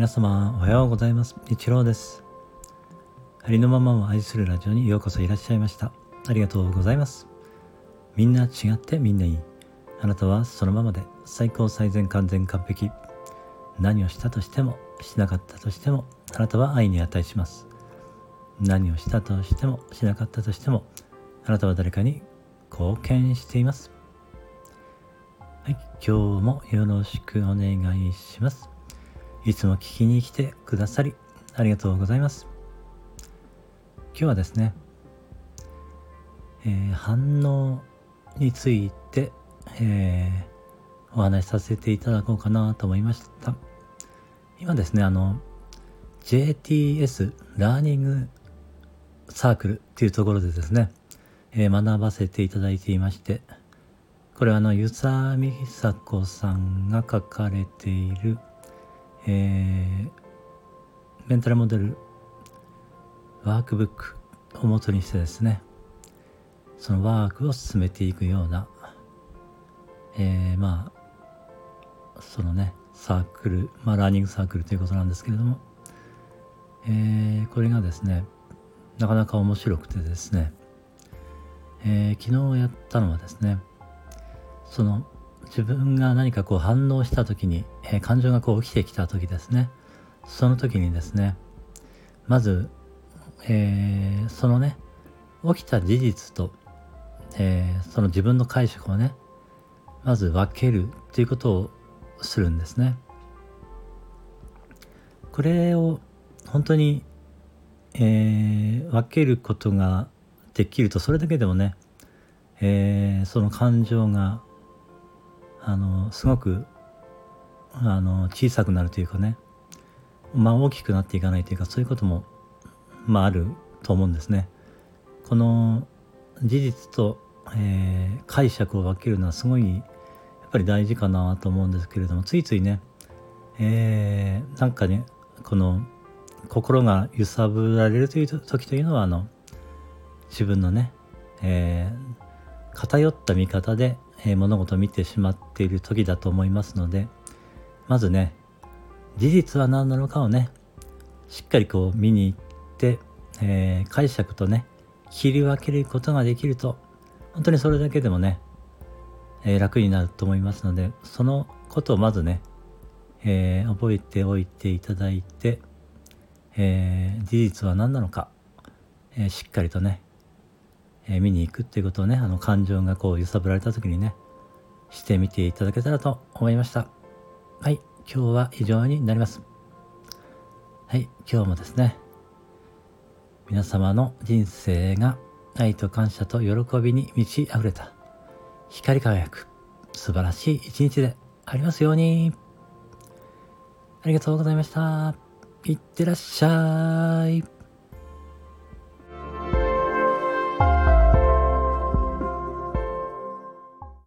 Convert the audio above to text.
皆様おはようございます。一郎です。ありのままを愛するラジオにようこそいらっしゃいました。ありがとうございます。みんな違ってみんないい。あなたはそのままで最高最善完全完璧。何をしたとしてもしなかったとしてもあなたは愛に値します。何をしたとしてもしなかったとしてもあなたは誰かに貢献しています。はい、今日もよろしくお願いします。いつも聞きに来てくださりありがとうございます。今日はですね、反応について、お話しさせていただこうかなと思いました。今ですね、JTS ラーニングサークルっていうところでですね、学ばせていただいていまして、これは湯沢美佐子さんが書かれている、メンタルモデルワークブックを元にしてですね、そのワークを進めていくような、そのねサークル、ラーニングサークルということなんですけれども、これがですねなかなか面白くてですね、昨日やったのはですね、その自分が何か反応した時に、感情が起きてきた時ですね、その時にですね、まず、そのね起きた事実と、その自分の解釈をねまず分けるということをするんですね。これを本当に、分けることができると、それだけでもね、その感情がすごく小さくなるというかね、大きくなっていかないというか、そういうこともあると思うんですね。この事実と、解釈を分けるのはすごいやっぱり大事かなと思うんですけれども、ついついね、なんかねこの心が揺さぶられるという時というのは自分のね、偏った見方で、物事を見てしまっている時だと思いますので、まずね事実は何なのかをねしっかり見に行って、解釈とね切り分けることができると、本当にそれだけでもね、楽になると思いますので、そのことをまずね、覚えておいていただいて、事実は何なのか、しっかりとね、見に行くっていうことをね、感情が揺さぶられた時にねしてみていただけたらと思いました。はい、今日は以上になります。はい、今日もですね、皆様の人生が愛と感謝と喜びに満ち溢れた光り輝く素晴らしい一日でありますように。ありがとうございました。いってらっしゃい。